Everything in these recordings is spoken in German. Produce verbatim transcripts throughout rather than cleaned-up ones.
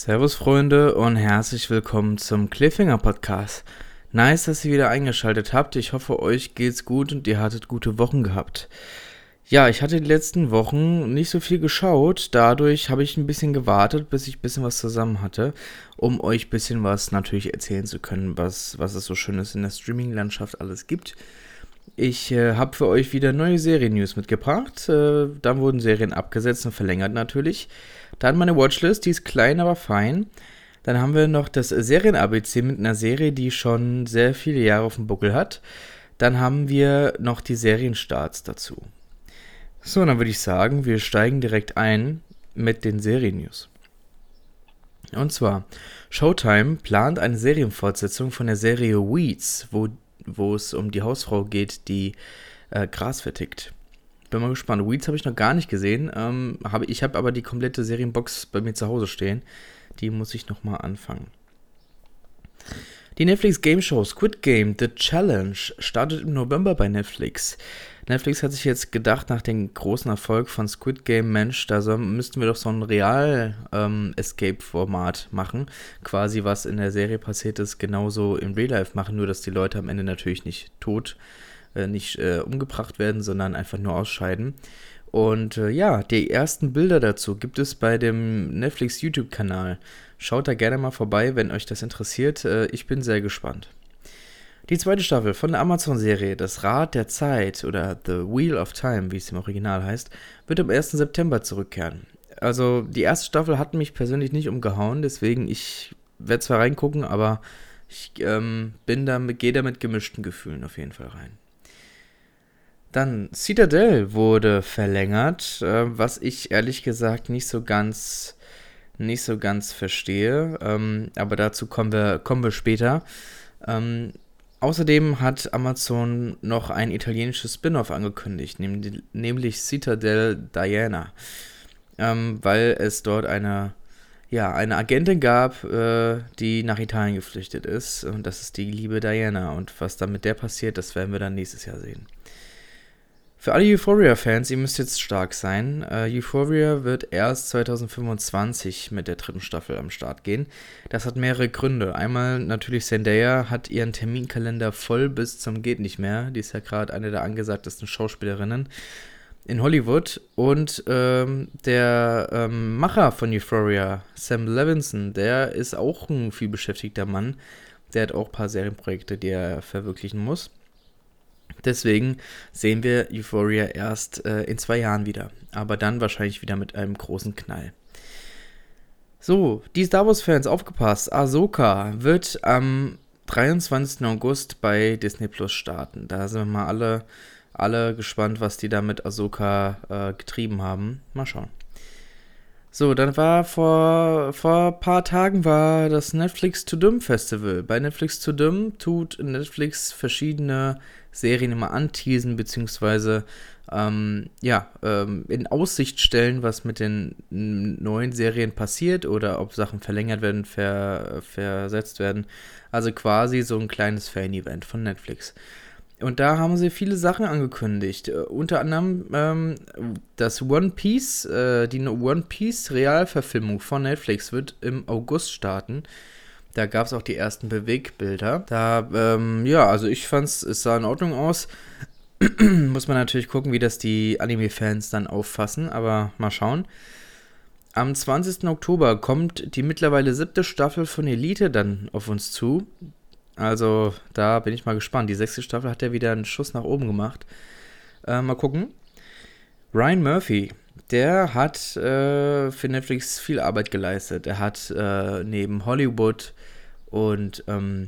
Servus Freunde und herzlich willkommen zum Cliffhanger Podcast. Nice, dass ihr wieder eingeschaltet habt. Ich hoffe, euch geht's gut und ihr hattet gute Wochen gehabt. Ja, ich hatte die letzten Wochen nicht so viel geschaut. Dadurch habe ich ein bisschen gewartet, bis ich ein bisschen was zusammen hatte, um euch ein bisschen was natürlich erzählen zu können, was, was es so Schönes in der Streaming-Landschaft alles gibt. Ich äh, habe für euch wieder neue Serien-News mitgebracht. Äh, dann wurden Serien abgesetzt und verlängert natürlich. Dann meine Watchlist, die ist klein, aber fein. Dann haben wir noch das Serien-A B C mit einer Serie, die schon sehr viele Jahre auf dem Buckel hat. Dann haben wir noch die Serienstarts dazu. So, dann würde ich sagen, wir steigen direkt ein mit den Serien-News. Und zwar, Showtime plant eine Serienfortsetzung von der Serie Weeds, wo, wo es um die Hausfrau geht, die äh, Gras vertickt. Bin mal gespannt. Weeds habe ich noch gar nicht gesehen. Ähm, hab, ich habe aber die komplette Serienbox bei mir zu Hause stehen. Die muss ich nochmal anfangen. Die Netflix-Game-Show Squid Game The Challenge startet im November bei Netflix. Netflix hat sich jetzt gedacht, nach dem großen Erfolg von Squid Game, Mensch, da so, müssten wir doch so ein Real-Escape-Format ähm, machen. Quasi, was in der Serie passiert ist, genauso im Real-Life machen, nur dass die Leute am Ende natürlich nicht tot äh, nicht äh, umgebracht werden, sondern einfach nur ausscheiden. Und äh, ja, die ersten Bilder dazu gibt es bei dem Netflix YouTube-Kanal. Schaut da gerne mal vorbei, wenn euch das interessiert. Äh, ich bin sehr gespannt. Die zweite Staffel von der Amazon-Serie Das Rad der Zeit oder The Wheel of Time, wie es im Original heißt, wird am ersten September zurückkehren. Also die erste Staffel hat mich persönlich nicht umgehauen, deswegen ich werde zwar reingucken, aber ich ähm, bin da, gehe da mit gemischten Gefühlen auf jeden Fall rein. Dann Citadel wurde verlängert, äh, was ich ehrlich gesagt nicht so ganz, nicht so ganz verstehe, ähm, aber dazu kommen wir, kommen wir später. Ähm, außerdem hat Amazon noch ein italienisches Spin-off angekündigt, nämlich, nämlich Citadel Diana, ähm, weil es dort eine, ja, eine Agentin gab, äh, die nach Italien geflüchtet ist, und das ist die liebe Diana, und was dann mit der passiert, das werden wir dann nächstes Jahr sehen. Für alle Euphoria-Fans, ihr müsst jetzt stark sein. Uh, Euphoria wird erst zwanzig fünfundzwanzig mit der dritten Staffel am Start gehen. Das hat mehrere Gründe. Einmal natürlich Zendaya hat ihren Terminkalender voll bis zum geht nicht mehr. Die ist ja gerade eine der angesagtesten Schauspielerinnen in Hollywood. Und ähm, der ähm, Macher von Euphoria, Sam Levinson, der ist auch ein vielbeschäftigter Mann. Der hat auch ein paar Serienprojekte, die er verwirklichen muss. Deswegen sehen wir Euphoria erst äh, in zwei Jahren wieder. Aber dann wahrscheinlich wieder mit einem großen Knall. So, die Star Wars-Fans, aufgepasst. Ahsoka wird am dreiundzwanzigsten August bei Disney Plus starten. Da sind wir mal alle, alle gespannt, was die da mit Ahsoka äh, getrieben haben. Mal schauen. So, dann war vor, vor ein paar Tagen war das Netflix to Dum Festival. Bei Netflix to Dum tut Netflix verschiedene Serien immer anteasen, beziehungsweise ähm, ja, ähm, in Aussicht stellen, was mit den neuen Serien passiert oder ob Sachen verlängert werden, ver, versetzt werden. Also quasi so ein kleines Fan-Event von Netflix. Und da haben sie viele Sachen angekündigt. Uh, unter anderem ähm, das One Piece, äh, die One Piece Realverfilmung von Netflix wird im August starten. Da gab es auch die ersten Bewegbilder. Da, ähm, ja, also ich fand's, es sah in Ordnung aus. Muss man natürlich gucken, wie das die Anime-Fans dann auffassen, aber mal schauen. Am zwanzigsten Oktober kommt die mittlerweile siebte Staffel von Elite dann auf uns zu. Also, da bin ich mal gespannt. Die sechste Staffel hat ja wieder einen Schuss nach oben gemacht. Äh, mal gucken. Ryan Murphy, der hat äh, für Netflix viel Arbeit geleistet. Er hat äh, neben Hollywood und ähm,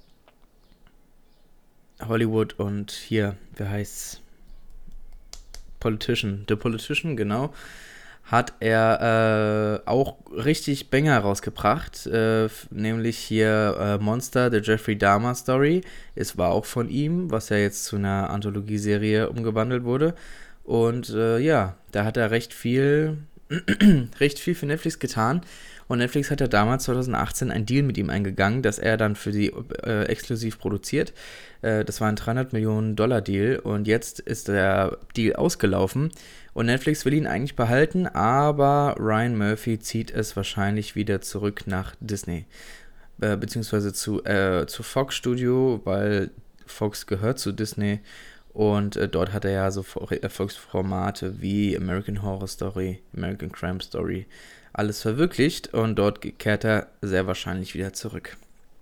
Hollywood und hier, wie heißt's? Politician. The Politician, genau. Hat er äh, auch richtig Banger rausgebracht, äh, nämlich hier äh, Monster, The Jeffrey Dahmer Story. Es war auch von ihm, was ja jetzt zu einer Anthologieserie umgewandelt wurde. Und äh, ja, da hat er recht viel recht viel für Netflix getan. Und Netflix hat ja damals zwanzig achtzehn einen Deal mit ihm eingegangen, dass er dann für sie äh, exklusiv produziert. Äh, das war ein dreihundert Millionen Dollar Deal und jetzt ist der Deal ausgelaufen und Netflix will ihn eigentlich behalten, aber Ryan Murphy zieht es wahrscheinlich wieder zurück nach Disney, äh, beziehungsweise zu, äh, zu Fox Studio, weil Fox gehört zu Disney und äh, dort hat er ja so Erfolgsformate wie American Horror Story, American Crime Story, alles verwirklicht und dort kehrt er sehr wahrscheinlich wieder zurück.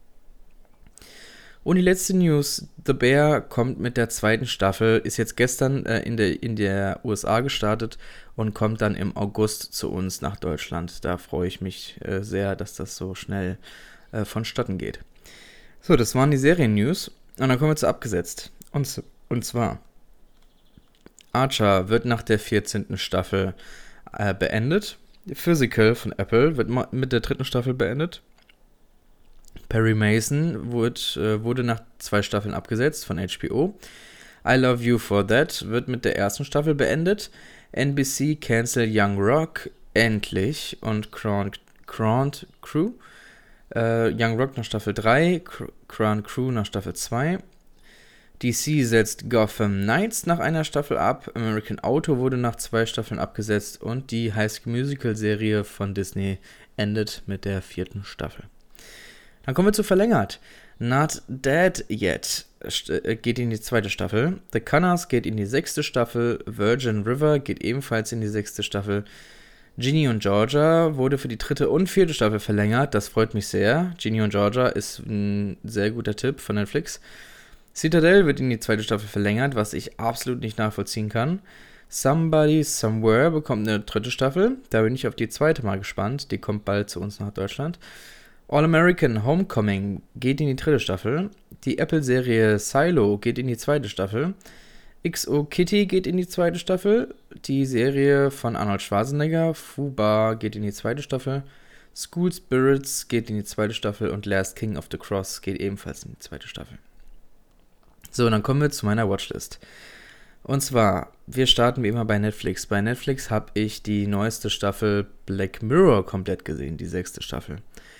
Und die letzte News, The Bear kommt mit der zweiten Staffel, ist jetzt gestern äh, in, der, in der U S A gestartet und kommt dann im August zu uns nach Deutschland. Da freue ich mich äh, sehr, dass das so schnell äh, vonstatten geht. So, das waren die Serien-News und dann kommen wir zu abgesetzt. Und, und zwar, Archer wird nach der vierzehnten Staffel äh, beendet. Physical von Apple wird mit der dritten Staffel beendet. Perry Mason wurde, äh, wurde nach zwei Staffeln abgesetzt von H B O. I Love You for That wird mit der ersten Staffel beendet. N B C cancel Young Rock endlich und Crown, Crown Crew. Äh, Young Rock nach Staffel drei, Crown Crew nach Staffel zwei. D C setzt Gotham Knights nach einer Staffel ab, American Auto wurde nach zwei Staffeln abgesetzt und die High School Musical Serie von Disney endet mit der vierten Staffel. Dann kommen wir zu verlängert. Not Dead Yet geht in die zweite Staffel, The Connors geht in die sechste Staffel, Virgin River geht ebenfalls in die sechste Staffel, Ginny und Georgia wurde für die dritte und vierte Staffel verlängert, das freut mich sehr. Ginny und Georgia ist ein sehr guter Tipp von Netflix. Citadel wird in die zweite Staffel verlängert, was ich absolut nicht nachvollziehen kann. Somebody Somewhere bekommt eine dritte Staffel. Da bin ich auf die zweite mal gespannt. Die kommt bald zu uns nach Deutschland. All American Homecoming geht in die dritte Staffel. Die Apple-Serie Silo geht in die zweite Staffel. X O Kitty geht in die zweite Staffel. Die Serie von Arnold Schwarzenegger, Fubar, geht in die zweite Staffel. School Spirits geht in die zweite Staffel. Und Last King of the Cross geht ebenfalls in die zweite Staffel. So, dann kommen wir zu meiner Watchlist. Und zwar, wir starten wie immer bei Netflix. Bei Netflix habe ich die neueste Staffel Black Mirror komplett gesehen, die sechste Staffel.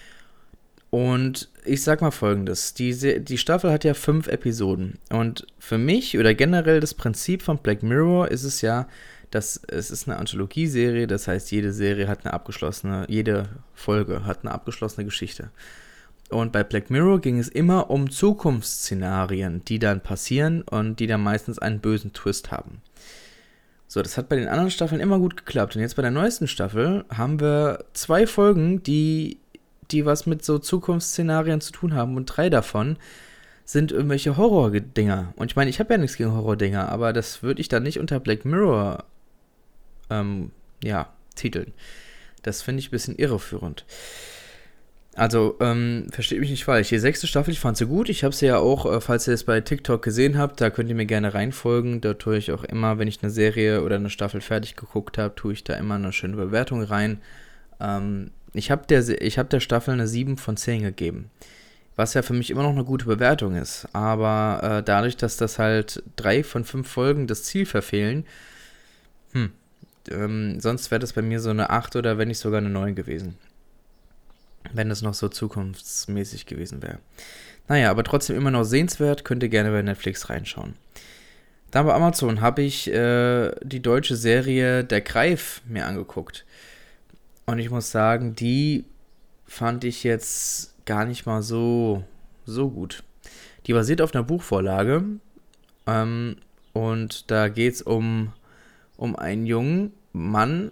Und ich sag mal Folgendes, die, die Staffel hat ja fünf Episoden. Und für mich oder generell das Prinzip von Black Mirror ist es ja, dass es ist eine Anthologieserie, das heißt, jede Serie hat eine abgeschlossene, jede Folge hat eine abgeschlossene Geschichte. Und bei Black Mirror ging es immer um Zukunftsszenarien, die dann passieren und die dann meistens einen bösen Twist haben. So, das hat bei den anderen Staffeln immer gut geklappt. Und jetzt bei der neuesten Staffel haben wir zwei Folgen, die, die was mit so Zukunftsszenarien zu tun haben. Und drei davon sind irgendwelche Horror-Dinger. Und ich meine, ich habe ja nichts gegen Horror-Dinger, aber das würde ich dann nicht unter Black Mirror ähm, ja, titeln. Das finde ich ein bisschen irreführend. Also, ähm, versteht mich nicht falsch. Die sechste Staffel, ich fand sie gut. Ich habe sie ja auch, äh, falls ihr es bei TikTok gesehen habt, da könnt ihr mir gerne reinfolgen. Da tue ich auch immer, wenn ich eine Serie oder eine Staffel fertig geguckt habe, tue ich da immer eine schöne Bewertung rein. Ähm, ich habe der, ich hab der Staffel eine sieben von zehn gegeben. Was ja für mich immer noch eine gute Bewertung ist. Aber äh, dadurch, dass das halt drei von fünf Folgen das Ziel verfehlen, hm, ähm, sonst wäre das bei mir so eine acht oder wenn nicht sogar eine neun gewesen. Wenn es noch so zukunftsmäßig gewesen wäre. Naja, aber trotzdem immer noch sehenswert, könnt ihr gerne bei Netflix reinschauen. Dann bei Amazon habe ich äh, die deutsche Serie Der Greif mir angeguckt. Und ich muss sagen, die fand ich jetzt gar nicht mal so, so gut. Die basiert auf einer Buchvorlage. Ähm, und da geht es um, um einen jungen Mann,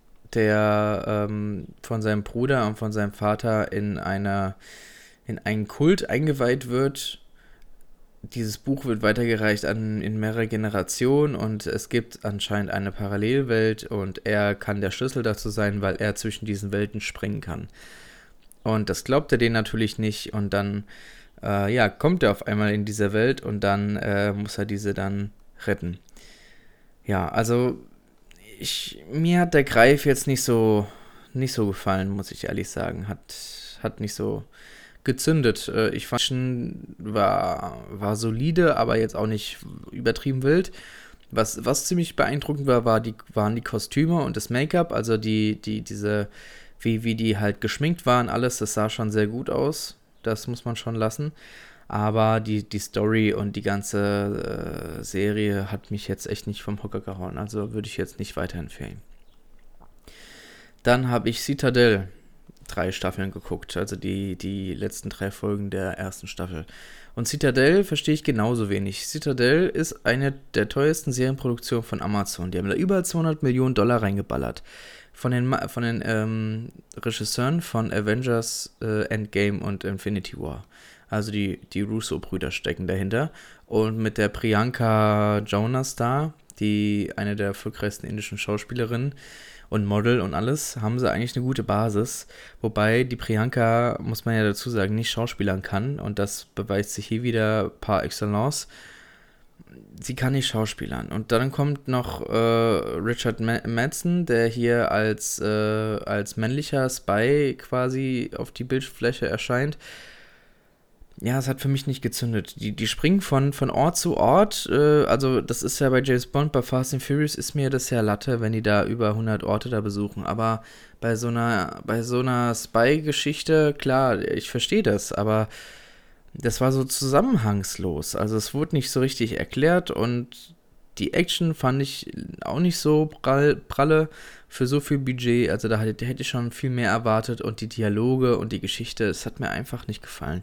der ähm, von seinem Bruder und von seinem Vater in einer in einen Kult eingeweiht wird. Dieses Buch wird weitergereicht an in mehrere Generationen und es gibt anscheinend eine Parallelwelt und er kann der Schlüssel dazu sein, weil er zwischen diesen Welten springen kann. Und das glaubt er denen natürlich nicht und dann äh, ja, kommt er auf einmal in diese Welt und dann äh, muss er diese dann retten. Ja, also Ich, mir hat der Greif jetzt nicht so nicht so gefallen, muss ich ehrlich sagen. Hat, hat nicht so gezündet. Ich fand, war, war solide, aber jetzt auch nicht übertrieben wild. Was, was ziemlich beeindruckend war, war die, waren die Kostüme und das Make-up, also die, die, diese, wie, wie die halt geschminkt waren, alles, das sah schon sehr gut aus. Das muss man schon lassen. Aber die, die Story und die ganze äh, Serie hat mich jetzt echt nicht vom Hocker gehauen. Also würde ich jetzt nicht weiterempfehlen. Dann habe ich Citadel drei Staffeln geguckt, also die, die letzten drei Folgen der ersten Staffel. Und Citadel verstehe ich genauso wenig. Citadel ist eine der teuersten Serienproduktionen von Amazon. Die haben da über zweihundert Millionen Dollar reingeballert. Von den, von den ähm, Regisseuren von Avengers äh, Endgame und Infinity War. Also die, die Russo-Brüder stecken dahinter. Und mit der Priyanka Jonas da, die eine der erfolgreichsten indischen Schauspielerinnen und Model und alles, haben sie eigentlich eine gute Basis. Wobei die Priyanka, muss man ja dazu sagen, nicht schauspielern kann. Und das beweist sich hier wieder par excellence. Sie kann nicht schauspielern. Und dann kommt noch äh, Richard Madsen, der hier als, äh, als männlicher Spy quasi auf die Bildfläche erscheint. Ja, es hat für mich nicht gezündet. Die, die springen von, von Ort zu Ort. Äh, also das ist ja bei James Bond, bei Fast and Furious ist mir das ja Latte, wenn die da über hundert Orte da besuchen. Aber bei so einer, bei so einer Spy-Geschichte, klar, ich verstehe das, aber das war so zusammenhangslos. Also es wurde nicht so richtig erklärt und die Action fand ich auch nicht so prall, pralle für so viel Budget. Also da hätte, hätte ich schon viel mehr erwartet und die Dialoge und die Geschichte, es hat mir einfach nicht gefallen.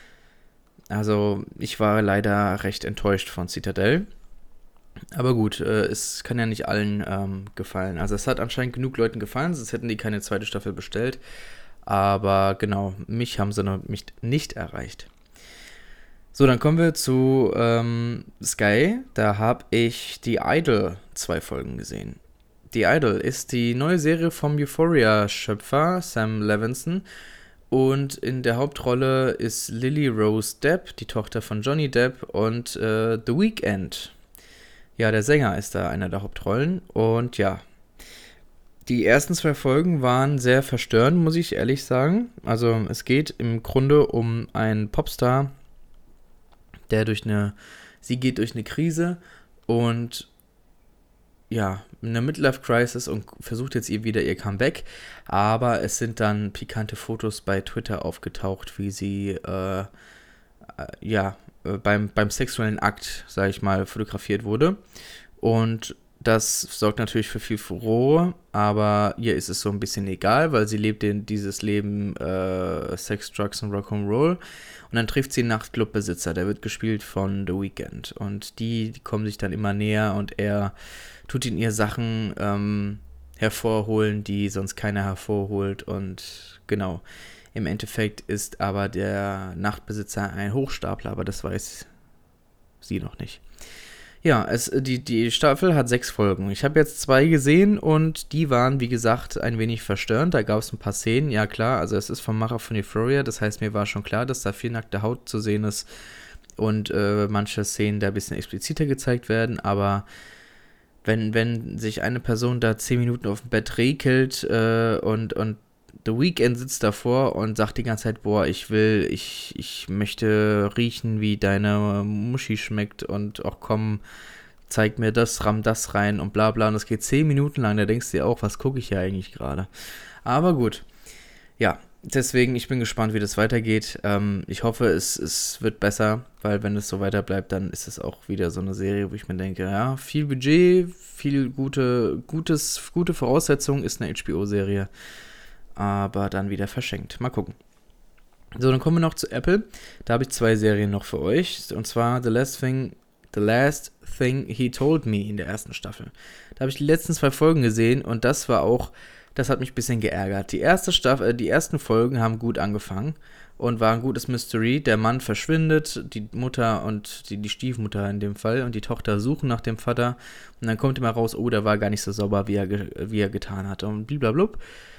Also ich war leider recht enttäuscht von Citadel. Aber gut, äh, es kann ja nicht allen ähm, gefallen. Also es hat anscheinend genug Leuten gefallen, sonst hätten die keine zweite Staffel bestellt. Aber genau, mich haben sie noch nicht, nicht erreicht. So, dann kommen wir zu ähm, Sky. Da habe ich The Idol zwei Folgen gesehen. The Idol ist die neue Serie vom Euphoria-Schöpfer Sam Levinson. Und in der Hauptrolle ist Lily Rose Depp, die Tochter von Johnny Depp, und äh, The Weeknd. Ja, der Sänger ist da einer der Hauptrollen. Und ja, die ersten zwei Folgen waren sehr verstörend, muss ich ehrlich sagen. Also es geht im Grunde um einen Popstar, der durch eine, sie geht durch eine Krise und ja, eine Midlife-Crisis und versucht jetzt ihr wieder ihr Comeback, aber es sind dann pikante Fotos bei Twitter aufgetaucht, wie sie äh, äh, ja, äh, beim, beim sexuellen Akt, sage ich mal, fotografiert wurde und das sorgt natürlich für viel Furore, aber ihr ist es so ein bisschen egal, weil sie lebt in dieses Leben äh, Sex, Drugs und Rock'n'Roll. Und dann trifft sie einen Nachtclubbesitzer, der wird gespielt von The Weeknd. Und die, die kommen sich dann immer näher und er tut in ihr Sachen ähm, hervorholen, die sonst keiner hervorholt. Und genau, im Endeffekt ist aber der Nachtbesitzer ein Hochstapler, aber das weiß sie noch nicht. Ja, es, die, die Staffel hat sechs Folgen. Ich habe jetzt zwei gesehen und die waren, wie gesagt, ein wenig verstörend. Da gab es ein paar Szenen, ja klar, also es ist vom Macher von Euphoria, das heißt, mir war schon klar, dass da viel nackte Haut zu sehen ist und äh, manche Szenen da ein bisschen expliziter gezeigt werden, aber wenn, wenn sich eine Person da zehn Minuten auf dem Bett regelt äh, und, und The Weeknd sitzt davor und sagt die ganze Zeit, boah, ich will, ich, ich möchte riechen, wie deine Muschi schmeckt und auch komm, zeig mir das, ramm das rein und bla bla. Und das geht zehn Minuten lang, da denkst du dir auch, was gucke ich hier eigentlich gerade? Aber gut, ja, deswegen, ich bin gespannt, wie das weitergeht. Ähm, ich hoffe, es, es wird besser, weil wenn es so weiter bleibt, dann ist es auch wieder so eine Serie, wo ich mir denke, ja, viel Budget, viel gute, gutes, gute Voraussetzungen, ist eine H B O-Serie. Aber dann wieder verschenkt. Mal gucken. So, dann kommen wir noch zu Apple. Da habe ich zwei Serien noch für euch. Und zwar The Last Thing, The Last Thing He Told Me in der ersten Staffel. Da habe ich die letzten zwei Folgen gesehen und das war auch, das hat mich ein bisschen geärgert. Die erste Staffel, die ersten Folgen haben gut angefangen und war ein gutes Mystery. Der Mann verschwindet, die Mutter und die, die Stiefmutter in dem Fall und die Tochter suchen nach dem Vater und dann kommt immer raus, oh, der war gar nicht so sauber, wie er, wie er getan hat und blablabla.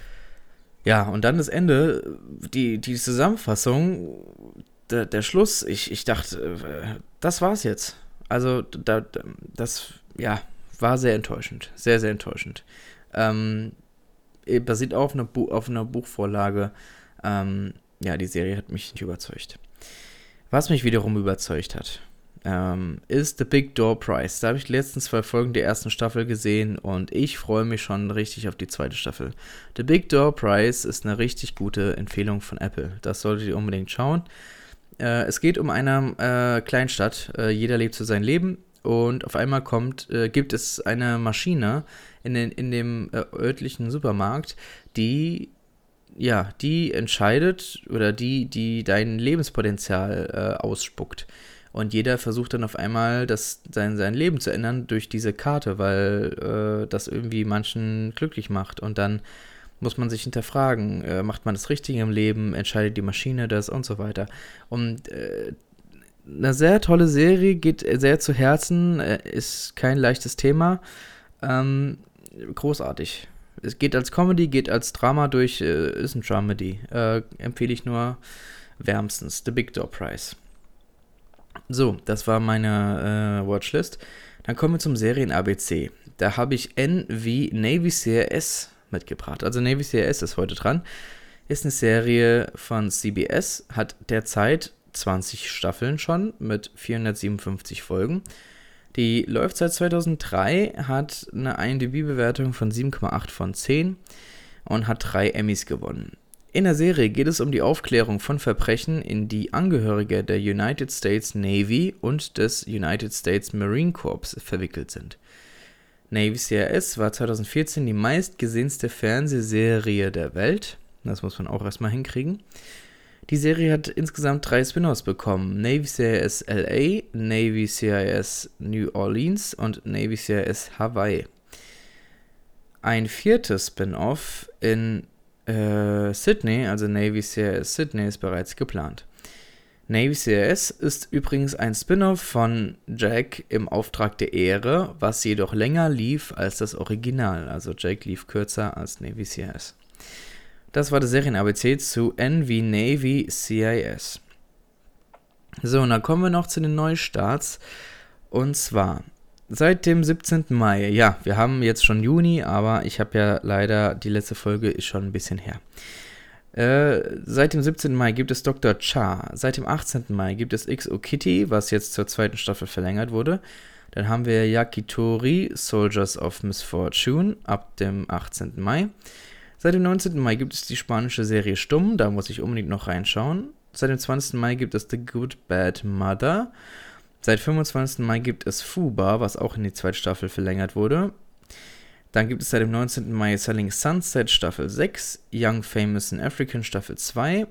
Ja, und dann das Ende, die, die Zusammenfassung, der, der Schluss, ich, ich dachte, das war's jetzt. Also, da, das, ja, war sehr enttäuschend. Sehr, sehr enttäuschend. Ähm, basiert auf einer, Bu- auf einer Buchvorlage. Ähm, ja, die Serie hat mich nicht überzeugt. Was mich wiederum überzeugt hat, ähm, ist The Big Door Prize. Da habe ich die letzten zwei Folgen der ersten Staffel gesehen und ich freue mich schon richtig auf die zweite Staffel. The Big Door Prize ist eine richtig gute Empfehlung von Apple. Das solltet ihr unbedingt schauen. Äh, es geht um eine äh, Kleinstadt. Äh, jeder lebt so sein Leben und auf einmal kommt, äh, gibt es eine Maschine in, den, in dem äh, örtlichen Supermarkt, die ja, die entscheidet oder die, die dein Lebenspotenzial äh, ausspuckt. Und jeder versucht dann auf einmal, das, sein, sein Leben zu ändern durch diese Karte, weil äh, das irgendwie manchen glücklich macht. Und dann muss man sich hinterfragen, äh, macht man das Richtige im Leben, entscheidet die Maschine das und so weiter. Und äh, eine sehr tolle Serie, geht sehr zu Herzen, äh, ist kein leichtes Thema. Ähm, großartig. Es geht als Comedy, geht als Drama durch, äh, ist ein Dramedy. Äh, empfehle ich nur wärmstens. The Big Door Prize. So, das war meine äh, Watchlist. Dann kommen wir zum Serien-A B C. Da habe ich N wie Navy C R S mitgebracht. Also Navy C R S ist heute dran. Ist eine Serie von C B S, hat derzeit zwanzig Staffeln schon mit vierhundertsiebenundfünfzig Folgen. Die läuft seit zweitausenddrei, hat eine I M D B-Bewertung von sieben Komma acht von zehn und hat drei Emmys gewonnen. In der Serie geht es um die Aufklärung von Verbrechen, in die Angehörige der United States Navy und des United States Marine Corps verwickelt sind. Navy C R S war zweitausendvierzehn die meistgesehenste Fernsehserie der Welt. Das muss man auch erstmal hinkriegen. Die Serie hat insgesamt drei Spin-offs bekommen. Navy C R S L A, Navy C R S New Orleans und Navy C R S Hawaii. Ein viertes Spin-off in äh, Sydney, also Navy C R S Sydney, ist bereits geplant. Navy C R S ist übrigens ein Spin-off von Jack im Auftrag der Ehre, was jedoch länger lief als das Original. Also Jack lief kürzer als Navy C R S. Das war das Serien-A B C zu N wie Navy C I S. So, und dann kommen wir noch zu den Neustarts. Und zwar seit dem siebzehnten Mai. Ja, wir haben jetzt schon Juni, aber ich habe ja leider, die letzte Folge ist schon ein bisschen her. Äh, seit dem siebzehnten Mai gibt es Doktor Cha. Seit dem achtzehnten Mai gibt es X O Kitty, was jetzt zur zweiten Staffel verlängert wurde. Dann haben wir Yakitori, Soldiers of Misfortune, ab dem achtzehnten Mai. Seit dem neunzehnten Mai gibt es die spanische Serie Stumm, da muss ich unbedingt noch reinschauen. Seit dem zwanzigsten Mai gibt es The Good Bad Mother. Seit fünfundzwanzigsten Mai gibt es Fuba, was auch in die zweite Staffel verlängert wurde. Dann gibt es seit dem neunzehnten Mai Selling Sunset Staffel sechs, Young Famous in African Staffel zwei.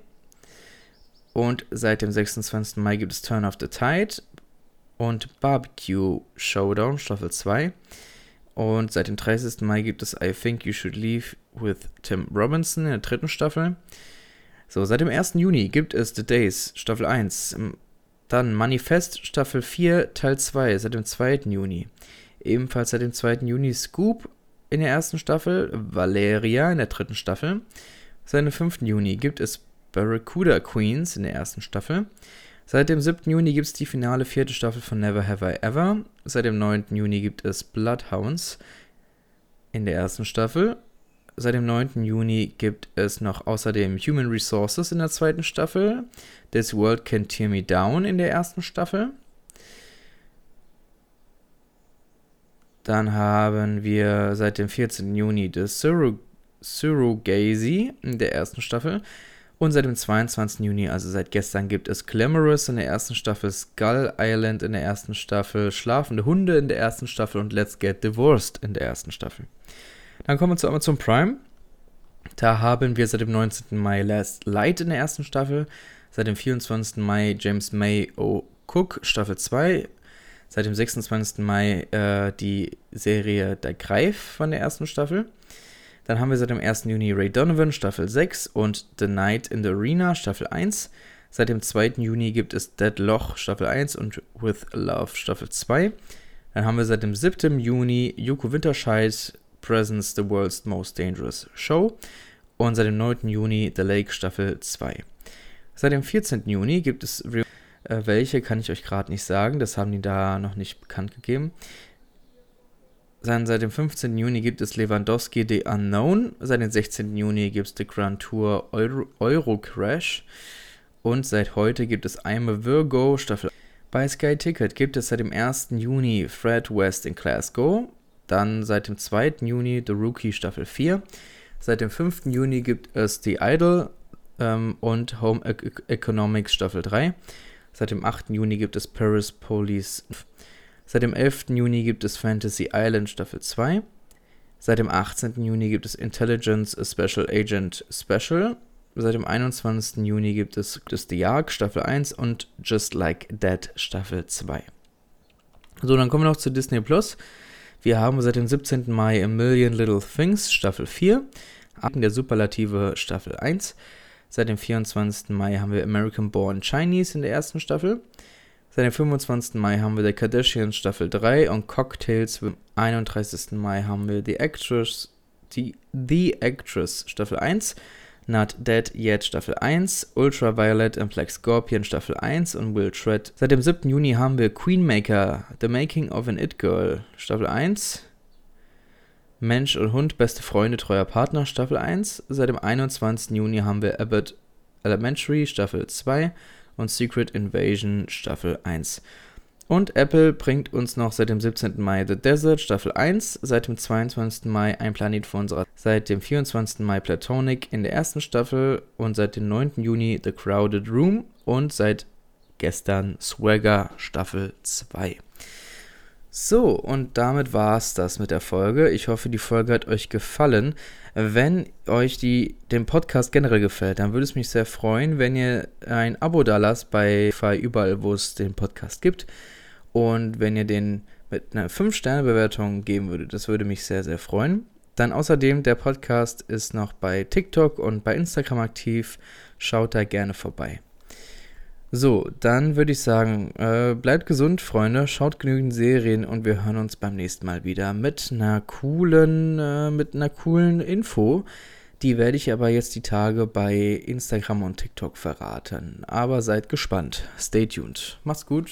Und seit dem sechsundzwanzigsten Mai gibt es Turn of the Tide und Barbecue Showdown Staffel zwei. Und seit dem dreißigsten Mai gibt es I Think You Should Leave with Tim Robinson in der dritten Staffel. So, seit dem ersten Juni gibt es The Days Staffel eins. Dann Manifest Staffel vier Teil zwei seit dem zweiten Juni. Ebenfalls seit dem zweiten Juni Scoop in der ersten Staffel, Valeria in der dritten Staffel. Seit dem fünften Juni gibt es Barracuda Queens in der ersten Staffel. Seit dem siebten Juni gibt es die finale vierte Staffel von Never Have I Ever. Seit dem neunten Juni gibt es Bloodhounds in der ersten Staffel. Seit dem neunten Juni gibt es noch außerdem Human Resources in der zweiten Staffel. This World Can Tear Me Down in der ersten Staffel. Dann haben wir seit dem vierzehnten Juni The Surrog- Surrogacy in der ersten Staffel. Und seit dem zweiundzwanzigsten Juni, also seit gestern, gibt es Glamorous in der ersten Staffel, Skull Island in der ersten Staffel, Schlafende Hunde in der ersten Staffel und Let's Get Divorced in der ersten Staffel. Dann kommen wir zu Amazon Prime. Da haben wir seit dem neunzehnten Mai Last Light in der ersten Staffel, seit dem vierundzwanzigsten Mai James May O'Cook Staffel zwei, seit dem sechsundzwanzigsten Mai äh, die Serie Der Greif von der ersten Staffel. Dann haben wir seit dem ersten Juni Ray Donovan Staffel sechs und The Night in the Arena Staffel eins. Seit dem zweiten Juni gibt es Deadloch Staffel eins und With Love Staffel zwei. Dann haben wir seit dem siebten Juni Joko Winterscheid Presents The World's Most Dangerous Show. Und seit dem neunten Juni The Lake Staffel zwei. Seit dem vierzehnten Juni gibt es, äh, welche kann ich euch gerade nicht sagen, das haben die da noch nicht bekannt gegeben. Dann seit dem fünfzehnten Juni gibt es Lewandowski The Unknown. Seit dem sechzehnten Juni gibt es The Grand Tour Euro, Euro Crash. Und seit heute gibt es I'm a Virgo Staffel. Bei Sky Ticket gibt es seit dem ersten Juni Fred West in Glasgow, dann seit dem zweiten Juni The Rookie Staffel vier, seit dem fünften Juni gibt es The Idol ähm, und Home e- Economics Staffel drei, seit dem achten Juni gibt es Paris Police, seit dem elften Juni gibt es Fantasy Island Staffel zwei, seit dem achtzehnten Juni gibt es Intelligence A Special Agent Special, seit dem einundzwanzigsten Juni gibt es, gibt es The Ark Staffel eins und Just Like That Staffel zwei. So, dann kommen wir noch zu Disney Plus. Wir haben seit dem siebzehnten Mai A Million Little Things Staffel vier, der Superlative Staffel eins. Seit dem vierundzwanzigsten Mai haben wir American Born Chinese in der ersten Staffel. Seit dem fünfundzwanzigsten Mai haben wir The Kardashians Staffel drei und Cocktails. Am einunddreißigsten Mai haben wir The Actress, die The Actress Staffel eins, Not Dead Yet Staffel eins, Ultraviolet and Black Scorpion Staffel eins und Will Tread. Seit dem siebten Juni haben wir Queenmaker, The Making of an It Girl Staffel eins, Mensch und Hund, beste Freunde, treuer Partner Staffel eins. Seit dem einundzwanzigsten Juni haben wir Abbott Elementary Staffel zwei und Secret Invasion Staffel eins. Und Apple bringt uns noch seit dem siebzehnten Mai The Desert Staffel eins, seit dem zweiundzwanzigsten Mai Ein Planet vor unserer, seit dem vierundzwanzigsten Mai Platonic in der ersten Staffel und seit dem neunten Juni The Crowded Room und seit gestern Swagger Staffel zwei. So, und damit war es das mit der Folge. Ich hoffe, die Folge hat euch gefallen. Wenn euch die, dem Podcast generell gefällt, dann würde es mich sehr freuen, wenn ihr ein Abo da lasst bei Spotify, überall, wo es den Podcast gibt. Und wenn ihr den mit einer fünf Sterne Bewertung geben würdet, das würde mich sehr, sehr freuen. Dann außerdem, der Podcast ist noch bei TikTok und bei Instagram aktiv. Schaut da gerne vorbei. So, dann würde ich sagen, äh, bleibt gesund, Freunde, schaut genügend Serien und wir hören uns beim nächsten Mal wieder mit einer coolen, äh, mit einer coolen Info. Die werde ich aber jetzt die Tage bei Instagram und TikTok verraten. Aber seid gespannt. Stay tuned. Macht's gut.